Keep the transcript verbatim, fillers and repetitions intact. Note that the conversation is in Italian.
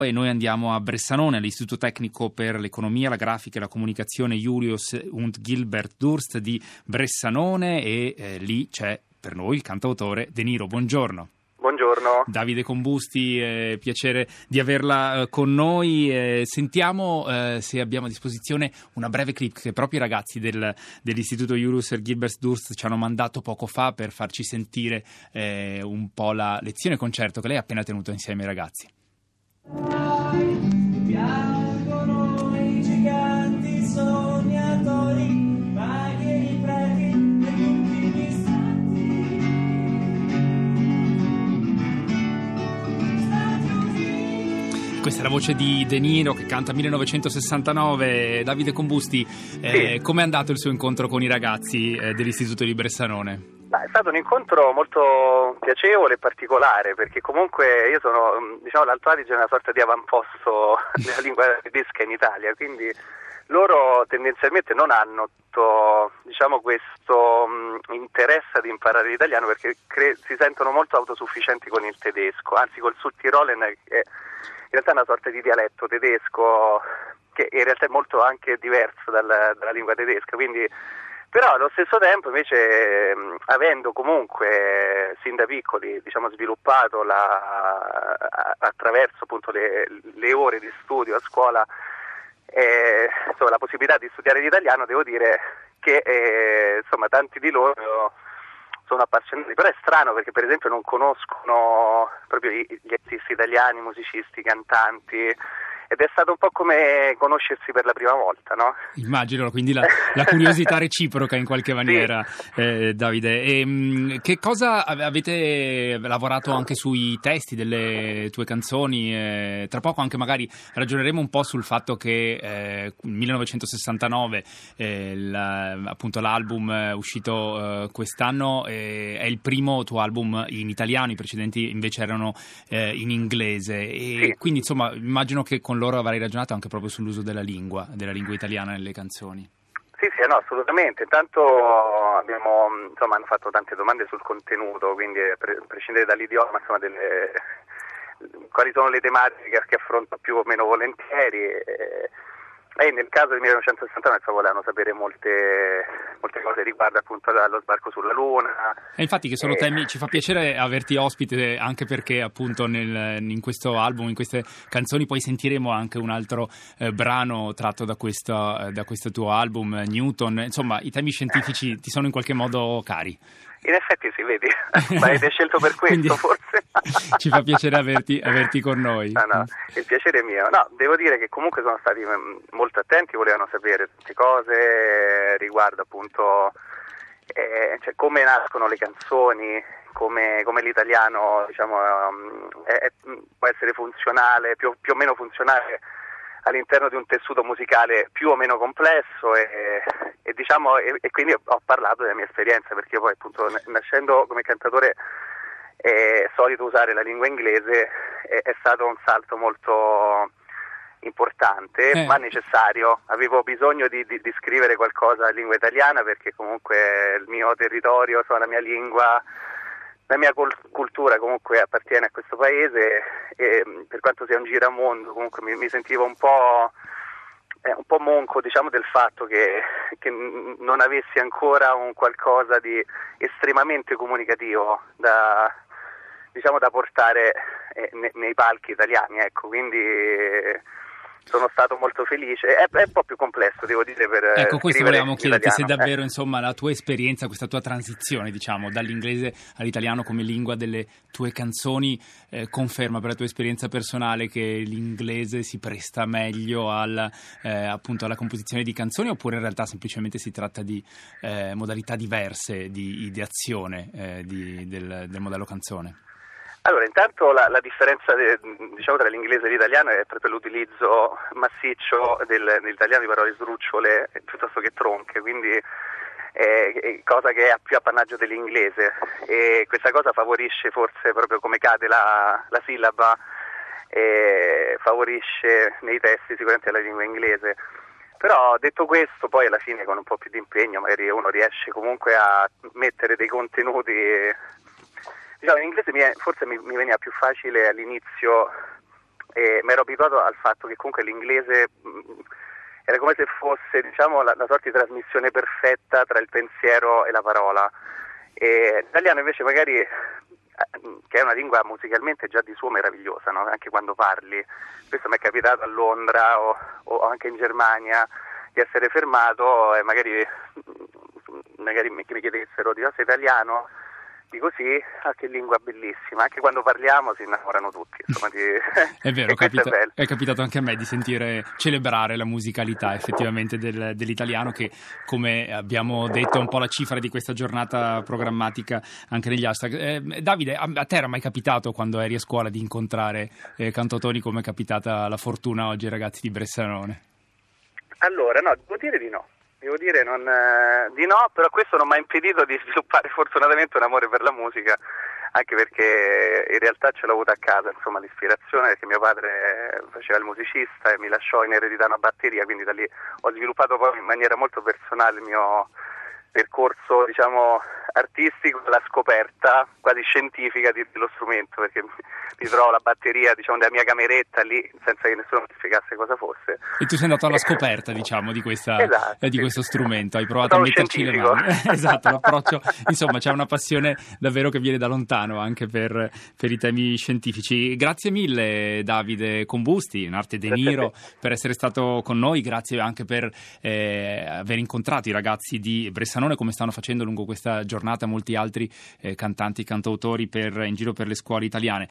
E noi andiamo a Bressanone, all'Istituto Tecnico per l'Economia, la Grafica e la Comunicazione Julius und Gilbert Durst di Bressanone e eh, lì c'è per noi il cantautore De Niro. Buongiorno. Buongiorno. Davide Combusti, eh, piacere di averla eh, con noi. Eh, sentiamo eh, se abbiamo a disposizione una breve clip che proprio i ragazzi del, dell'Istituto Julius und Gilbert Durst ci hanno mandato poco fa per farci sentire eh, un po' la lezione concerto che lei ha appena tenuto insieme ai ragazzi. Piangono i giganti sognatori, maghi e i preti negli ultimi istanti. Questa è la voce di De Niro che canta millenovecentosessantanove. Davide Combusti, eh, sì. com'è andato il suo incontro con i ragazzi eh, dell'Istituto di Bressanone? È stato un incontro molto piacevole e particolare, perché comunque io sono, diciamo, l'Alto Adige è una sorta di avamposto della lingua tedesca in Italia, quindi loro tendenzialmente non hanno tutto, diciamo, questo mh, interesse ad imparare l'italiano, perché cre- si sentono molto autosufficienti con il tedesco, anzi col Südtirolen, che in realtà è una sorta di dialetto tedesco che in realtà è molto anche diverso dal, dalla lingua tedesca, quindi però allo stesso tempo invece mh, avendo comunque sin da piccoli, diciamo, sviluppato la, attraverso appunto le, le ore di studio a scuola eh, insomma, la possibilità di studiare l'italiano, devo dire che eh, insomma tanti di loro sono appassionati. Però è strano perché per esempio non conoscono proprio gli artisti italiani, musicisti, cantanti, ed è stato un po' come conoscersi per la prima volta, no? Immagino, quindi la, la curiosità reciproca in qualche maniera, sì. eh, Davide. E, mh, che cosa avete lavorato anche sui testi delle tue canzoni? Eh, tra poco anche magari ragioneremo un po' sul fatto che eh, millenovecentosessantanove, eh, la, appunto l'album uscito eh, quest'anno, eh, è il primo tuo album in italiano, i precedenti invece erano eh, in inglese. E sì. Quindi insomma immagino che con loro avrei ragionato anche proprio sull'uso della lingua, della lingua italiana nelle canzoni. Sì, sì, no, assolutamente. Intanto abbiamo, insomma, hanno fatto tante domande sul contenuto, quindi a pre- prescindere dall'idioma, insomma, delle, quali sono le tematiche che affronto più o meno volentieri. E, e nel caso del millenovecentosessantanove volevano sapere molte, molte cose riguardo appunto allo sbarco sulla Luna. E infatti che sono e... temi, ci fa piacere averti ospite, anche perché appunto nel, in questo album, in queste canzoni poi sentiremo anche un altro eh, brano tratto da questo, eh, da questo tuo album, Newton. Insomma, i temi scientifici ti sono in qualche modo cari. In effetti si vedi, ma avete scelto per questo. Quindi, forse. Ci fa piacere averti, averti con noi. No, no, il piacere è mio. No, devo dire che comunque sono stati molto attenti, volevano sapere tutte cose riguardo appunto eh, cioè come nascono le canzoni, come, come l'italiano, diciamo, è, è, può essere funzionale, più, più o meno funzionale all'interno di un tessuto musicale più o meno complesso e, e diciamo e, e quindi ho parlato della mia esperienza, perché poi appunto nascendo come cantatore è solito usare la lingua inglese, è, è stato un salto molto importante eh. ma necessario. Avevo bisogno di, di, di scrivere qualcosa in lingua italiana, perché comunque il mio territorio, insomma, la mia lingua, la mia cultura comunque appartiene a questo paese e per quanto sia un giramondo comunque mi, mi sentivo un po' eh, un po' monco, diciamo, del fatto che, che non avessi ancora un qualcosa di estremamente comunicativo da, diciamo, da portare eh, nei, nei palchi italiani, ecco, quindi eh, sono stato molto felice. È, è un po' più complesso, devo dire, per ecco, questo volevamo chiederti, italiano. se davvero eh. insomma la tua esperienza, questa tua transizione, diciamo, dall'inglese all'italiano come lingua delle tue canzoni eh, conferma per la tua esperienza personale che l'inglese si presta meglio al, eh, appunto alla composizione di canzoni, oppure in realtà semplicemente si tratta di eh, modalità diverse di ideazione eh, di, del, del modello canzone? Allora, intanto la, la differenza de, diciamo tra l'inglese e l'italiano è proprio l'utilizzo massiccio del, dell'italiano di parole sdrucciole piuttosto che tronche, quindi è, è cosa che è più appannaggio dell'inglese, e questa cosa favorisce forse proprio come cade la, la sillaba, e favorisce nei testi sicuramente la lingua inglese. Però detto questo, poi alla fine con un po' più di impegno magari uno riesce comunque a mettere dei contenuti. Diciamo, in inglese mi è, forse mi, mi veniva più facile all'inizio e mi ero abituato al fatto che comunque l'inglese mh, era come se fosse, diciamo, la, la sorta di trasmissione perfetta tra il pensiero e la parola. E l'italiano invece magari, eh, che è una lingua musicalmente già di suo meravigliosa, no? Anche quando parli, questo mi è capitato a Londra o, o anche in Germania di essere fermato e magari, magari mi, mi chiedessero di sei italiano, dico sì, ah, che lingua bellissima, anche quando parliamo si innamorano tutti, insomma, di... È vero, capita, è, è capitato anche a me di sentire celebrare la musicalità effettivamente del, dell'italiano, che come abbiamo detto è un po' la cifra di questa giornata programmatica anche negli hashtag. Eh, Davide, a, a te era mai capitato quando eri a scuola di incontrare eh, cantautori come è capitata la fortuna oggi ai ragazzi di Bressanone? Allora, no, devo dire di no. Devo dire non, eh, di no, però questo non mi ha impedito di sviluppare fortunatamente un amore per la musica, anche perché in realtà ce l'ho avuta a casa, insomma, l'ispirazione, perché mio padre faceva il musicista e mi lasciò in eredità una batteria, quindi da lì ho sviluppato poi in maniera molto personale il mio percorso, diciamo, artistico, la scoperta quasi scientifica di, dello strumento, perché mi trovo la batteria, diciamo, della mia cameretta lì senza che nessuno mi spiegasse cosa fosse. E tu sei andato alla scoperta, diciamo, di, questa, esatto, eh, di sì. questo strumento, hai provato a metterci le mani. Esatto, l'approccio, insomma, c'è una passione davvero che viene da lontano anche per, per i temi scientifici. Grazie mille Davide Combusti, in arte De Niro, per essere stato con noi, grazie anche per eh, aver incontrato i ragazzi di Bressanone, come stanno facendo lungo questa giornata molti altri eh, cantanti e cantautori per, in giro per le scuole italiane.